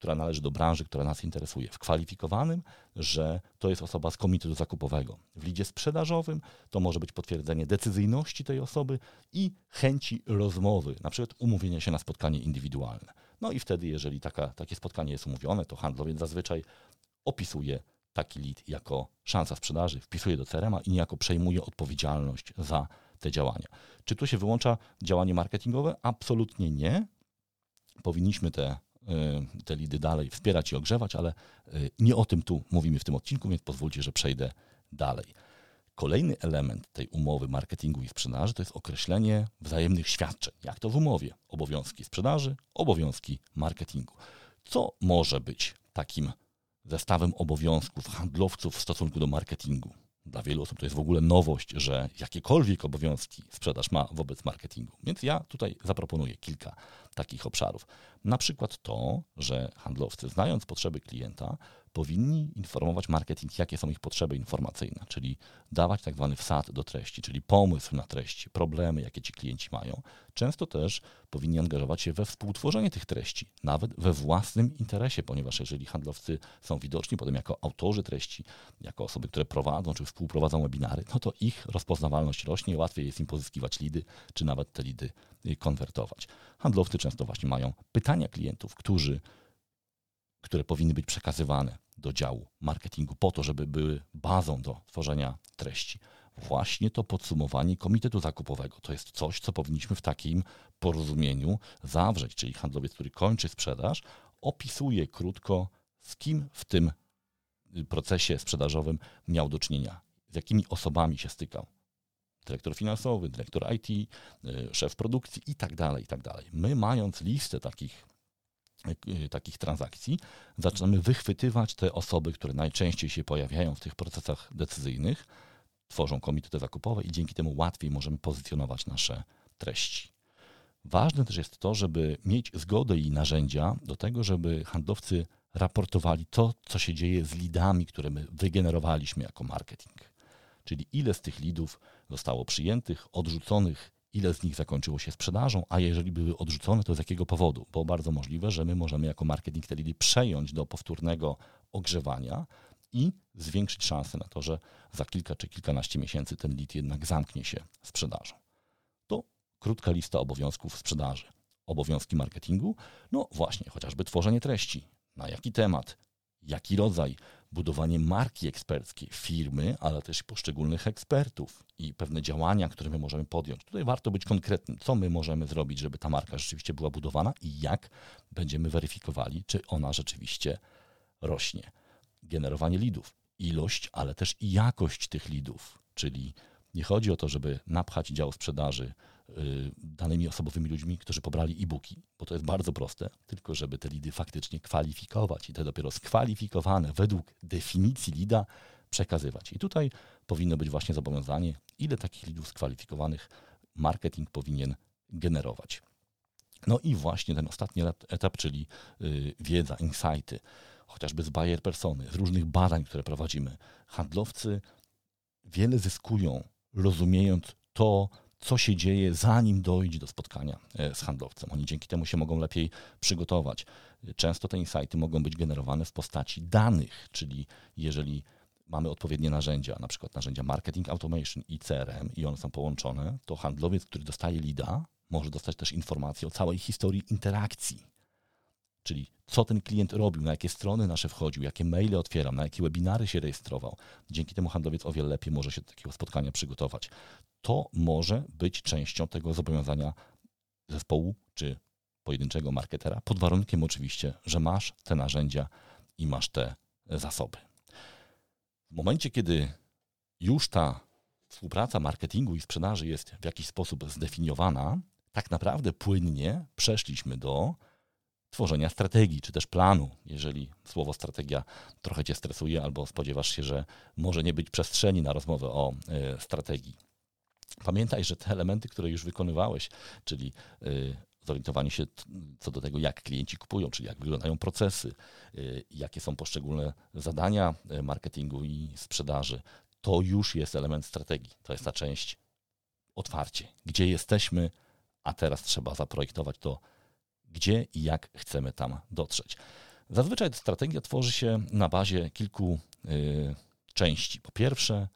która należy do branży, która nas interesuje. W kwalifikowanym, że to jest osoba z komitetu zakupowego. W lidzie sprzedażowym to może być potwierdzenie decyzyjności tej osoby i chęci rozmowy, na przykład umówienia się na spotkanie indywidualne. No i wtedy, jeżeli taka, takie spotkanie jest umówione, to handlowiec zazwyczaj opisuje taki lead jako szansa sprzedaży, wpisuje do C R M a i niejako przejmuje odpowiedzialność za te działania. Czy tu się wyłącza działanie marketingowe? Absolutnie nie. Powinniśmy te, te leady dalej wspierać i ogrzewać, ale nie o tym tu mówimy w tym odcinku, więc pozwólcie, że przejdę dalej. Kolejny element tej umowy marketingu i sprzedaży to jest określenie wzajemnych świadczeń. Jak to w umowie? Obowiązki sprzedaży, obowiązki marketingu. Co może być takim zestawem obowiązków handlowców w stosunku do marketingu? Dla wielu osób to jest w ogóle nowość, że jakiekolwiek obowiązki sprzedaż ma wobec marketingu. Więc ja tutaj zaproponuję kilka takich obszarów. Na przykład to, że handlowcy, znając potrzeby klienta, powinni informować marketing, jakie są ich potrzeby informacyjne, czyli dawać tak zwany wsad do treści, czyli pomysł na treści, problemy, jakie ci klienci mają. Często też powinni angażować się we współtworzenie tych treści, nawet we własnym interesie, ponieważ jeżeli handlowcy są widoczni potem jako autorzy treści, jako osoby, które prowadzą czy współprowadzą webinary, no to ich rozpoznawalność rośnie, łatwiej jest im pozyskiwać lidy, czy nawet te lidy konwertować. Handlowcy często właśnie mają pytania klientów, którzy, które powinny być przekazywane do działu marketingu po to, żeby były bazą do tworzenia treści. Właśnie to podsumowanie komitetu zakupowego to jest coś, co powinniśmy w takim porozumieniu zawrzeć, czyli handlowiec, który kończy sprzedaż, opisuje krótko, z kim w tym procesie sprzedażowym miał do czynienia, z jakimi osobami się stykał. Dyrektor finansowy, dyrektor I T, szef produkcji i tak dalej, i tak dalej. My, mając listę takich, takich transakcji, zaczynamy wychwytywać te osoby, które najczęściej się pojawiają w tych procesach decyzyjnych, tworzą komitety zakupowe i dzięki temu łatwiej możemy pozycjonować nasze treści. Ważne też jest to, żeby mieć zgodę i narzędzia do tego, żeby handlowcy raportowali to, co się dzieje z leadami, które my wygenerowaliśmy jako marketing. Czyli ile z tych leadów zostało przyjętych, odrzuconych, ile z nich zakończyło się sprzedażą, a jeżeli były odrzucone, to z jakiego powodu? Bo bardzo możliwe, że my możemy jako marketing te leady przejąć do powtórnego ogrzewania i zwiększyć szanse na to, że za kilka czy kilkanaście miesięcy ten lead jednak zamknie się sprzedażą. To krótka lista obowiązków sprzedaży. Obowiązki marketingu? No właśnie, chociażby tworzenie treści. Na jaki temat? Jaki rodzaj? Budowanie marki eksperckiej firmy, ale też poszczególnych ekspertów i pewne działania, które my możemy podjąć. Tutaj warto być konkretnym, co my możemy zrobić, żeby ta marka rzeczywiście była budowana i jak będziemy weryfikowali, czy ona rzeczywiście rośnie. Generowanie leadów, ilość, ale też i jakość tych leadów, czyli nie chodzi o to, żeby napchać dział sprzedaży danymi osobowymi ludźmi, którzy pobrali e-booki, bo to jest bardzo proste, tylko żeby te leady faktycznie kwalifikować i te dopiero skwalifikowane według definicji leada przekazywać. I tutaj powinno być właśnie zobowiązanie, ile takich leadów skwalifikowanych marketing powinien generować. No i właśnie ten ostatni etap, czyli wiedza, insighty, chociażby z buyer persony, z różnych badań, które prowadzimy. Handlowcy wiele zyskują, rozumiejąc to, co się dzieje, zanim dojdzie do spotkania z handlowcem. Oni dzięki temu się mogą lepiej przygotować. Często te insighty mogą być generowane w postaci danych, czyli jeżeli mamy odpowiednie narzędzia, na przykład narzędzia Marketing Automation i C R M i one są połączone, to handlowiec, który dostaje leada, może dostać też informację o całej historii interakcji. Czyli co ten klient robił, na jakie strony nasze wchodził, jakie maile otwierał, na jakie webinary się rejestrował. Dzięki temu handlowiec o wiele lepiej może się do takiego spotkania przygotować. To może być częścią tego zobowiązania zespołu czy pojedynczego marketera, pod warunkiem oczywiście, że masz te narzędzia i masz te zasoby. W momencie, kiedy już ta współpraca marketingu i sprzedaży jest w jakiś sposób zdefiniowana, tak naprawdę płynnie przeszliśmy do tworzenia strategii, czy też planu. Jeżeli słowo strategia trochę cię stresuje albo spodziewasz się, że może nie być przestrzeni na rozmowę o y, strategii. Pamiętaj, że te elementy, które już wykonywałeś, czyli y, zorientowanie się t- co do tego, jak klienci kupują, czyli jak wyglądają procesy, y, jakie są poszczególne zadania y, marketingu i sprzedaży, to już jest element strategii. To jest ta część otwarcie, gdzie jesteśmy, a teraz trzeba zaprojektować to, gdzie i jak chcemy tam dotrzeć. Zazwyczaj strategia tworzy się na bazie kilku y, części. Po pierwsze,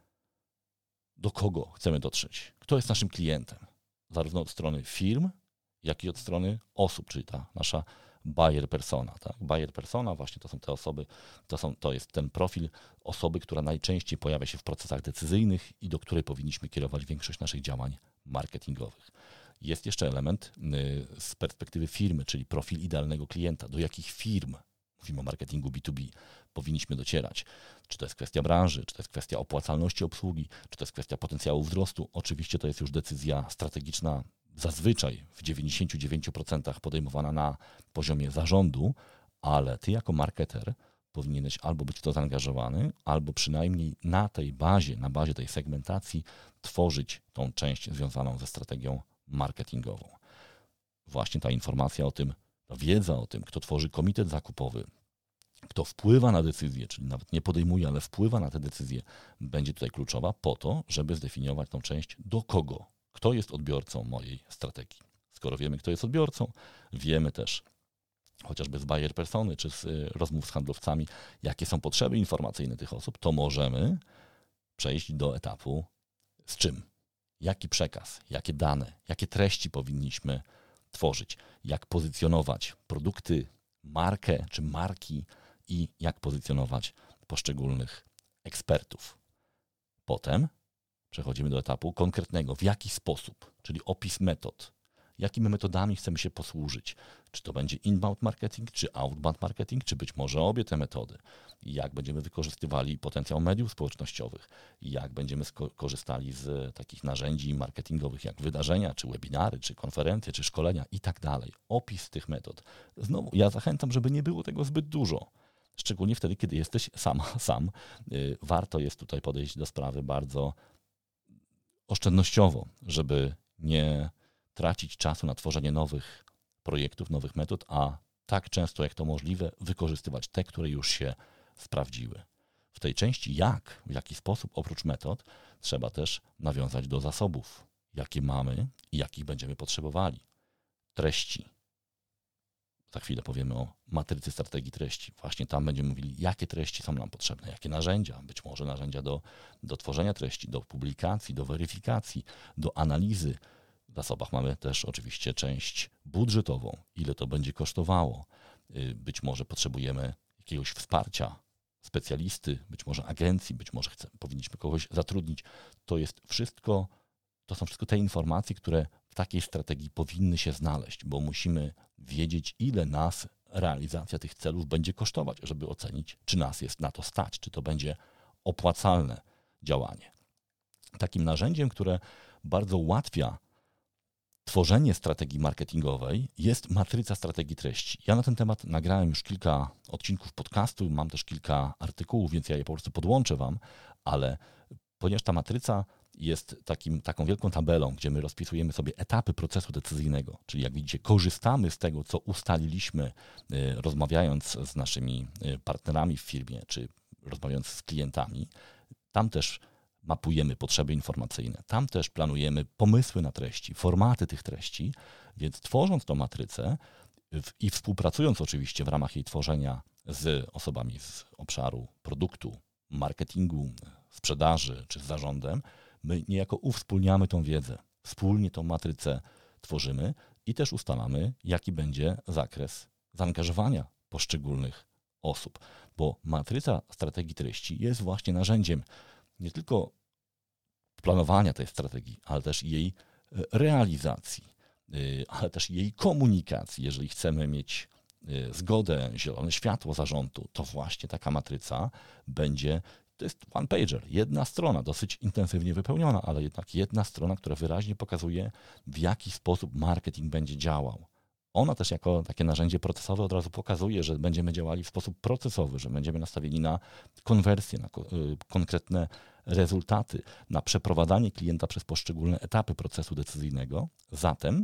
do kogo chcemy dotrzeć? Kto jest naszym klientem? Zarówno od strony firm, jak i od strony osób, czyli ta nasza buyer persona. Tak? Buyer persona właśnie to są te osoby, to, są, to jest ten profil osoby, która najczęściej pojawia się w procesach decyzyjnych i do której powinniśmy kierować większość naszych działań marketingowych. Jest jeszcze element y, z perspektywy firmy, czyli profil idealnego klienta. Do jakich firm, mówimy o marketingu B dwa B, powinniśmy docierać? Czy to jest kwestia branży, czy to jest kwestia opłacalności obsługi, czy to jest kwestia potencjału wzrostu? Oczywiście to jest już decyzja strategiczna, zazwyczaj w dziewięćdziesięciu dziewięciu procentach podejmowana na poziomie zarządu, ale ty jako marketer powinieneś albo być w to zaangażowany, albo przynajmniej na tej bazie, na bazie tej segmentacji tworzyć tą część związaną ze strategią marketingową. Właśnie ta informacja o tym, ta wiedza o tym, kto tworzy komitet zakupowy, kto wpływa na decyzje, czyli nawet nie podejmuje, ale wpływa na te decyzje, będzie tutaj kluczowa po to, żeby zdefiniować tą część do kogo. Kto jest odbiorcą mojej strategii? Skoro wiemy, kto jest odbiorcą, wiemy też, chociażby z buyer persony, czy z rozmów z handlowcami, jakie są potrzeby informacyjne tych osób, to możemy przejść do etapu z czym? Jaki przekaz, jakie dane, jakie treści powinniśmy tworzyć, jak pozycjonować produkty, markę czy marki i jak pozycjonować poszczególnych ekspertów. Potem przechodzimy do etapu konkretnego, w jaki sposób, czyli opis metod, jakimi metodami chcemy się posłużyć. Czy to będzie inbound marketing, czy outbound marketing, czy być może obie te metody. Jak będziemy wykorzystywali potencjał mediów społecznościowych, jak będziemy sko- korzystali z takich narzędzi marketingowych jak wydarzenia, czy webinary, czy konferencje, czy szkolenia i tak dalej. Opis tych metod. Znowu, ja zachęcam, żeby nie było tego zbyt dużo. Szczególnie wtedy, kiedy jesteś sama, sam. Yy, warto jest tutaj podejść do sprawy bardzo oszczędnościowo, żeby nie tracić czasu na tworzenie nowych projektów, nowych metod, a tak często jak to możliwe wykorzystywać te, które już się sprawdziły. W tej części jak, w jaki sposób oprócz metod trzeba też nawiązać do zasobów, jakie mamy i jakich będziemy potrzebowali. Treści. Za chwilę powiemy o matrycy strategii treści. Właśnie tam będziemy mówili, jakie treści są nam potrzebne, jakie narzędzia, być może narzędzia do, do tworzenia treści, do publikacji, do weryfikacji, do analizy. W zasobach mamy też oczywiście część budżetową, ile to będzie kosztowało. Być może potrzebujemy jakiegoś wsparcia specjalisty, być może agencji, być może chcemy, powinniśmy kogoś zatrudnić. To jest wszystko, to są wszystko te informacje, które w takiej strategii powinny się znaleźć, bo musimy wiedzieć, ile nas realizacja tych celów będzie kosztować, żeby ocenić, czy nas jest na to stać, czy to będzie opłacalne działanie. Takim narzędziem, które bardzo ułatwia tworzenie strategii marketingowej, jest matryca strategii treści. Ja na ten temat nagrałem już kilka odcinków podcastu, mam też kilka artykułów, więc ja je po prostu podłączę Wam, ale ponieważ ta matryca jest takim, taką wielką tabelą, gdzie my rozpisujemy sobie etapy procesu decyzyjnego, czyli jak widzicie, korzystamy z tego, co ustaliliśmy, rozmawiając z naszymi partnerami w firmie, czy rozmawiając z klientami. Tam też mapujemy potrzeby informacyjne, tam też planujemy pomysły na treści, formaty tych treści, więc tworząc tą matrycę i współpracując oczywiście w ramach jej tworzenia z osobami z obszaru produktu, marketingu, sprzedaży czy z zarządem, my niejako uwspólniamy tą wiedzę, wspólnie tą matrycę tworzymy i też ustalamy, jaki będzie zakres zaangażowania poszczególnych osób, bo matryca strategii treści jest właśnie narzędziem nie tylko planowania tej strategii, ale też jej realizacji, ale też jej komunikacji. Jeżeli chcemy mieć zgodę, zielone światło zarządu, to właśnie taka matryca będzie, to jest one pager, jedna strona, dosyć intensywnie wypełniona, ale jednak jedna strona, która wyraźnie pokazuje, w jaki sposób marketing będzie działał. Ona też jako takie narzędzie procesowe od razu pokazuje, że będziemy działali w sposób procesowy, że będziemy nastawieni na konwersję, na konkretne rezultaty, na przeprowadzanie klienta przez poszczególne etapy procesu decyzyjnego. Zatem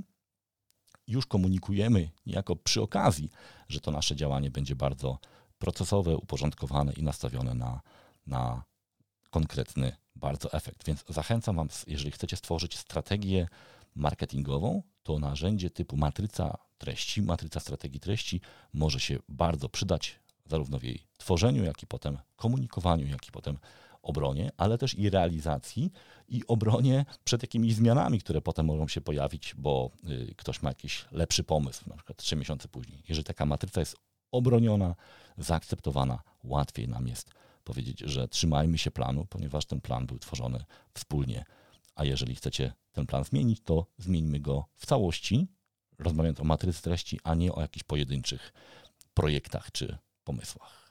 już komunikujemy niejako przy okazji, że to nasze działanie będzie bardzo procesowe, uporządkowane i nastawione na, na konkretny bardzo efekt. Więc zachęcam Was, jeżeli chcecie stworzyć strategię marketingową, to narzędzie typu matryca treści, matryca strategii treści może się bardzo przydać. zarówno w jej tworzeniu, jak i potem komunikowaniu, jak i potem obronie, ale też i realizacji i obronie przed jakimiś zmianami, które potem mogą się pojawić, bo y, ktoś ma jakiś lepszy pomysł, na przykład trzy miesiące później. Jeżeli taka matryca jest obroniona, zaakceptowana, łatwiej nam jest powiedzieć, że trzymajmy się planu, ponieważ ten plan był tworzony wspólnie, a jeżeli chcecie ten plan zmienić, to zmieńmy go w całości, rozmawiając o matrycy treści, a nie o jakichś pojedynczych projektach czy pomysłach.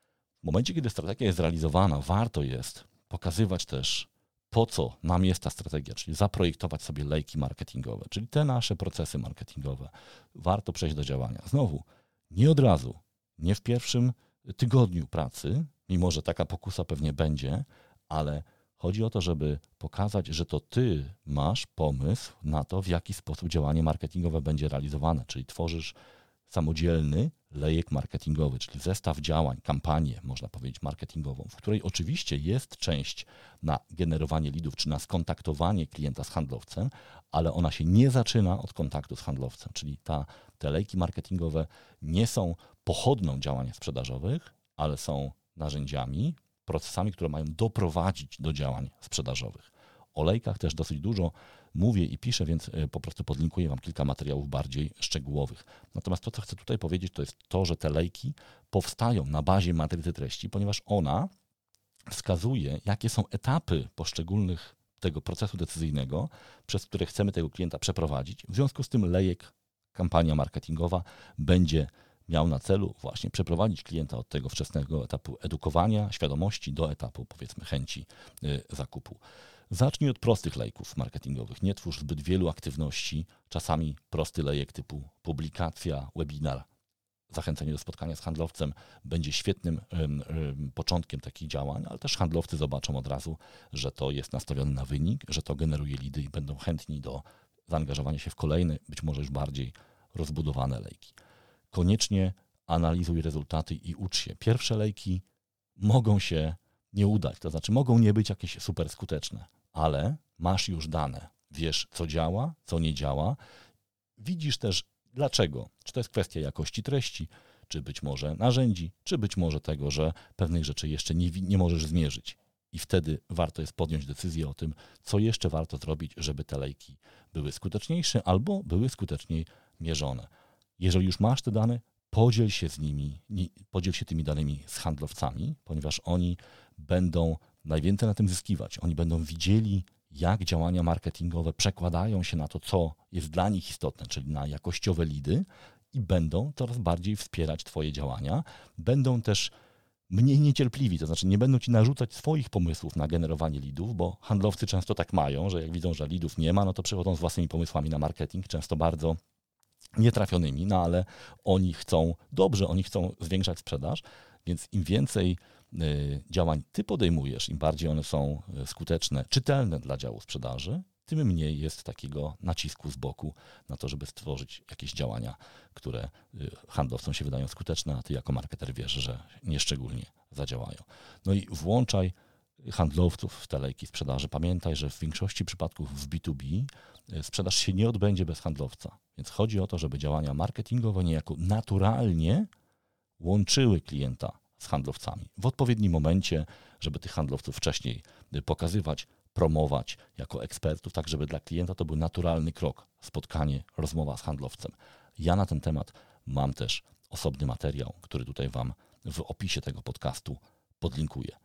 W momencie, kiedy strategia jest zrealizowana, warto jest pokazywać też, po co nam jest ta strategia, czyli zaprojektować sobie lejki marketingowe, czyli te nasze procesy marketingowe. Warto przejść do działania. Znowu, nie od razu, nie w pierwszym tygodniu pracy, mimo że taka pokusa pewnie będzie, ale chodzi o to, żeby pokazać, że to ty masz pomysł na to, w jaki sposób działanie marketingowe będzie realizowane, czyli tworzysz samodzielny lejek marketingowy, czyli zestaw działań, kampanię, można powiedzieć, marketingową, w której oczywiście jest część na generowanie leadów, czy na skontaktowanie klienta z handlowcem, ale ona się nie zaczyna od kontaktu z handlowcem, czyli ta, te lejki marketingowe nie są pochodną działań sprzedażowych, ale są narzędziami, procesami, które mają doprowadzić do działań sprzedażowych. O lejkach też dosyć dużo mówię i piszę, więc po prostu podlinkuję Wam kilka materiałów bardziej szczegółowych. Natomiast to, co chcę tutaj powiedzieć, to jest to, że te lejki powstają na bazie matrycy treści, ponieważ ona wskazuje, jakie są etapy poszczególnych tego procesu decyzyjnego, przez które chcemy tego klienta przeprowadzić. W związku z tym lejek, kampania marketingowa będzie miał na celu właśnie przeprowadzić klienta od tego wczesnego etapu edukowania, świadomości do etapu, powiedzmy, chęci y, zakupu. Zacznij od prostych lejków marketingowych. Nie twórz zbyt wielu aktywności. Czasami prosty lejek typu publikacja, webinar, zachęcenie do spotkania z handlowcem będzie świetnym ym, ym, początkiem takich działań, ale też handlowcy zobaczą od razu, że to jest nastawione na wynik, że to generuje lidy i będą chętni do zaangażowania się w kolejne, być może już bardziej rozbudowane lejki. Koniecznie analizuj rezultaty i ucz się. Pierwsze lejki mogą się nie udać, to znaczy mogą nie być jakieś super skuteczne, ale masz już dane, wiesz co działa, co nie działa, widzisz też dlaczego, czy to jest kwestia jakości treści, czy być może narzędzi, czy być może tego, że pewnych rzeczy jeszcze nie, nie możesz zmierzyć i wtedy warto jest podjąć decyzję o tym, co jeszcze warto zrobić, żeby te lejki były skuteczniejsze albo były skuteczniej mierzone. Jeżeli już masz te dane, podziel się z nimi, podziel się tymi danymi z handlowcami, ponieważ oni będą najwięcej na tym zyskiwać. Oni będą widzieli, jak działania marketingowe przekładają się na to, co jest dla nich istotne, czyli na jakościowe lidy i będą coraz bardziej wspierać Twoje działania. Będą też mniej niecierpliwi, to znaczy nie będą Ci narzucać swoich pomysłów na generowanie lidów, bo handlowcy często tak mają, że jak widzą, że lidów nie ma, no to przychodzą z własnymi pomysłami na marketing, często bardzo nietrafionymi, no ale oni chcą dobrze, oni chcą zwiększać sprzedaż, więc im więcej y, działań Ty podejmujesz, im bardziej one są skuteczne, czytelne dla działu sprzedaży, tym mniej jest takiego nacisku z boku na to, żeby stworzyć jakieś działania, które y, handlowcom się wydają skuteczne, a Ty jako marketer wiesz, że nieszczególnie zadziałają. No i włączaj handlowców w te lejki sprzedaży. Pamiętaj, że w większości przypadków w B dwa B sprzedaż się nie odbędzie bez handlowca. Więc chodzi o to, żeby działania marketingowe niejako naturalnie łączyły klienta z handlowcami. W odpowiednim momencie, żeby tych handlowców wcześniej pokazywać, promować jako ekspertów, tak żeby dla klienta to był naturalny krok, spotkanie, rozmowa z handlowcem. Ja na ten temat mam też osobny materiał, który tutaj Wam w opisie tego podcastu podlinkuję.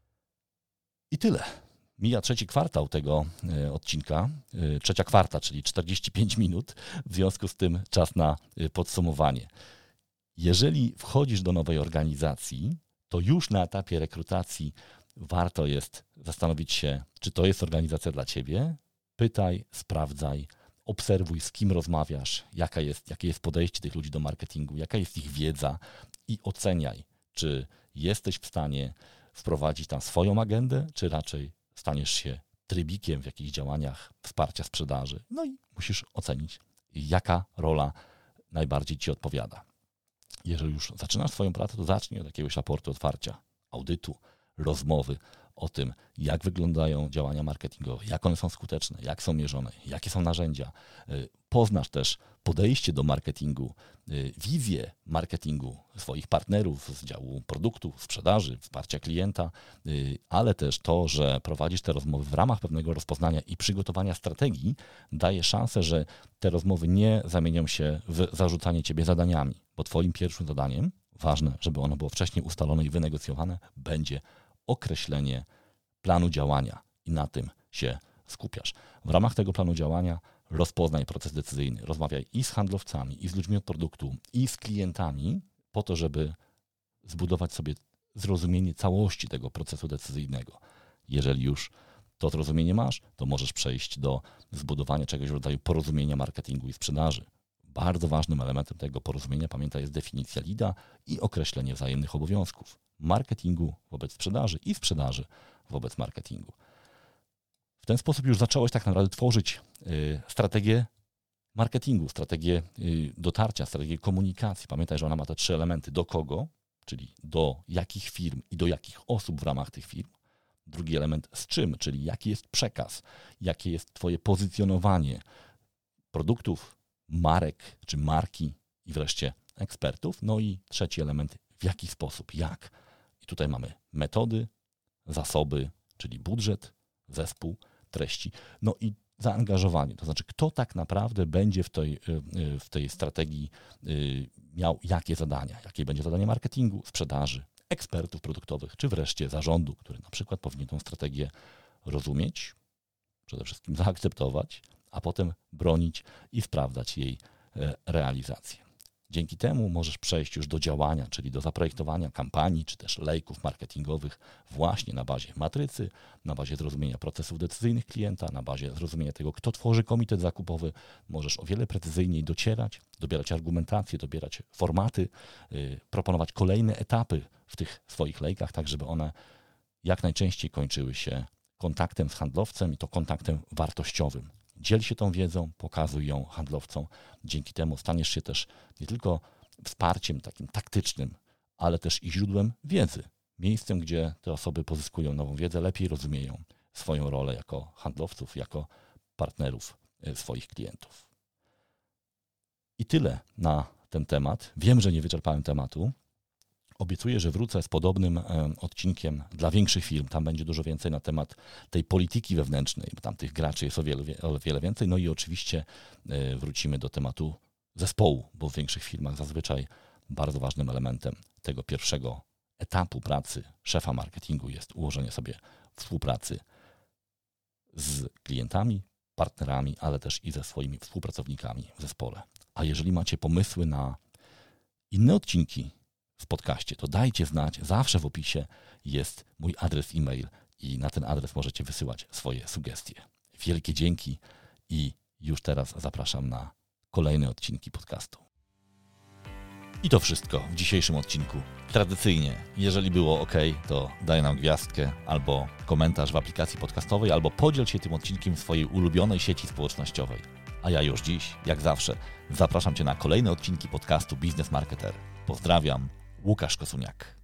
I tyle. Mija trzeci kwartał tego y, odcinka, y, trzecia kwarta, czyli czterdzieści pięć minut, w związku z tym czas na y, podsumowanie. Jeżeli wchodzisz do nowej organizacji, to już na etapie rekrutacji warto jest zastanowić się, czy to jest organizacja dla Ciebie. Pytaj, sprawdzaj, obserwuj, z kim rozmawiasz, jaka jest, jakie jest podejście tych ludzi do marketingu, jaka jest ich wiedza i oceniaj, czy jesteś w stanie wprowadzić tam swoją agendę, czy raczej staniesz się trybikiem w jakichś działaniach wsparcia sprzedaży. No i musisz ocenić, jaka rola najbardziej Ci odpowiada. Jeżeli już zaczynasz swoją pracę, to zacznij od jakiegoś raportu otwarcia, audytu, rozmowy o tym, jak wyglądają działania marketingowe, jak one są skuteczne, jak są mierzone, jakie są narzędzia. Poznasz też podejście do marketingu, wizję marketingu swoich partnerów z działu produktu, sprzedaży, wsparcia klienta, ale też to, że prowadzisz te rozmowy w ramach pewnego rozpoznania i przygotowania strategii, daje szansę, że te rozmowy nie zamienią się w zarzucanie ciebie zadaniami, bo twoim pierwszym zadaniem, ważne, żeby ono było wcześniej ustalone i wynegocjowane, będzie określenie planu działania i na tym się skupiasz. W ramach tego planu działania rozpoznaj proces decyzyjny, rozmawiaj i z handlowcami, i z ludźmi od produktu, i z klientami po to, żeby zbudować sobie zrozumienie całości tego procesu decyzyjnego. Jeżeli już to zrozumienie masz, to możesz przejść do zbudowania czegoś w rodzaju porozumienia marketingu i sprzedaży. Bardzo ważnym elementem tego porozumienia, pamiętaj, jest definicja leada i określenie wzajemnych obowiązków marketingu wobec sprzedaży i sprzedaży wobec marketingu. W ten sposób już zacząłeś tak naprawdę tworzyć y, strategię marketingu, strategię y, dotarcia, strategię komunikacji. Pamiętaj, że ona ma te trzy elementy. Do kogo, czyli do jakich firm i do jakich osób w ramach tych firm. Drugi element z czym, czyli jaki jest przekaz, jakie jest twoje pozycjonowanie produktów, marek czy marki i wreszcie ekspertów. No i trzeci element, w jaki sposób, jak. I tutaj mamy metody, zasoby, czyli budżet, zespół, treści, no i zaangażowanie. To znaczy, kto tak naprawdę będzie w tej, w tej strategii miał jakie zadania, jakie będzie zadanie marketingu, sprzedaży, ekspertów produktowych, czy wreszcie zarządu, który na przykład powinien tę strategię rozumieć, przede wszystkim zaakceptować, a potem bronić i sprawdzać jej realizację. Dzięki temu możesz przejść już do działania, czyli do zaprojektowania kampanii, czy też lejków marketingowych właśnie na bazie matrycy, na bazie zrozumienia procesów decyzyjnych klienta, na bazie zrozumienia tego, kto tworzy komitet zakupowy. Możesz o wiele precyzyjniej docierać, dobierać argumentację, dobierać formaty, yy, proponować kolejne etapy w tych swoich lejkach, tak żeby one jak najczęściej kończyły się kontaktem z handlowcem i to kontaktem wartościowym. Dziel się tą wiedzą, pokazuj ją handlowcom. Dzięki temu staniesz się też nie tylko wsparciem takim taktycznym, ale też i źródłem wiedzy. Miejscem, gdzie te osoby pozyskują nową wiedzę, lepiej rozumieją swoją rolę jako handlowców, jako partnerów swoich klientów. I tyle na ten temat. Wiem, że nie wyczerpałem tematu. Obiecuję, że wrócę z podobnym odcinkiem dla większych firm. Tam będzie dużo więcej na temat tej polityki wewnętrznej, bo tam tych graczy jest o wiele, o wiele więcej. No i oczywiście wrócimy do tematu zespołu, bo w większych firmach zazwyczaj bardzo ważnym elementem tego pierwszego etapu pracy szefa marketingu jest ułożenie sobie współpracy z klientami, partnerami, ale też i ze swoimi współpracownikami w zespole. A jeżeli macie pomysły na inne odcinki w podcaście, to dajcie znać. Zawsze w opisie jest mój adres e-mail i na ten adres możecie wysyłać swoje sugestie. Wielkie dzięki i już teraz zapraszam na kolejne odcinki podcastu. I to wszystko w dzisiejszym odcinku. Tradycyjnie, jeżeli było ok, to daj nam gwiazdkę albo komentarz w aplikacji podcastowej, albo podziel się tym odcinkiem w swojej ulubionej sieci społecznościowej. A ja już dziś, jak zawsze, zapraszam Cię na kolejne odcinki podcastu Biznes Marketer. Pozdrawiam, Łukasz Kosuniak.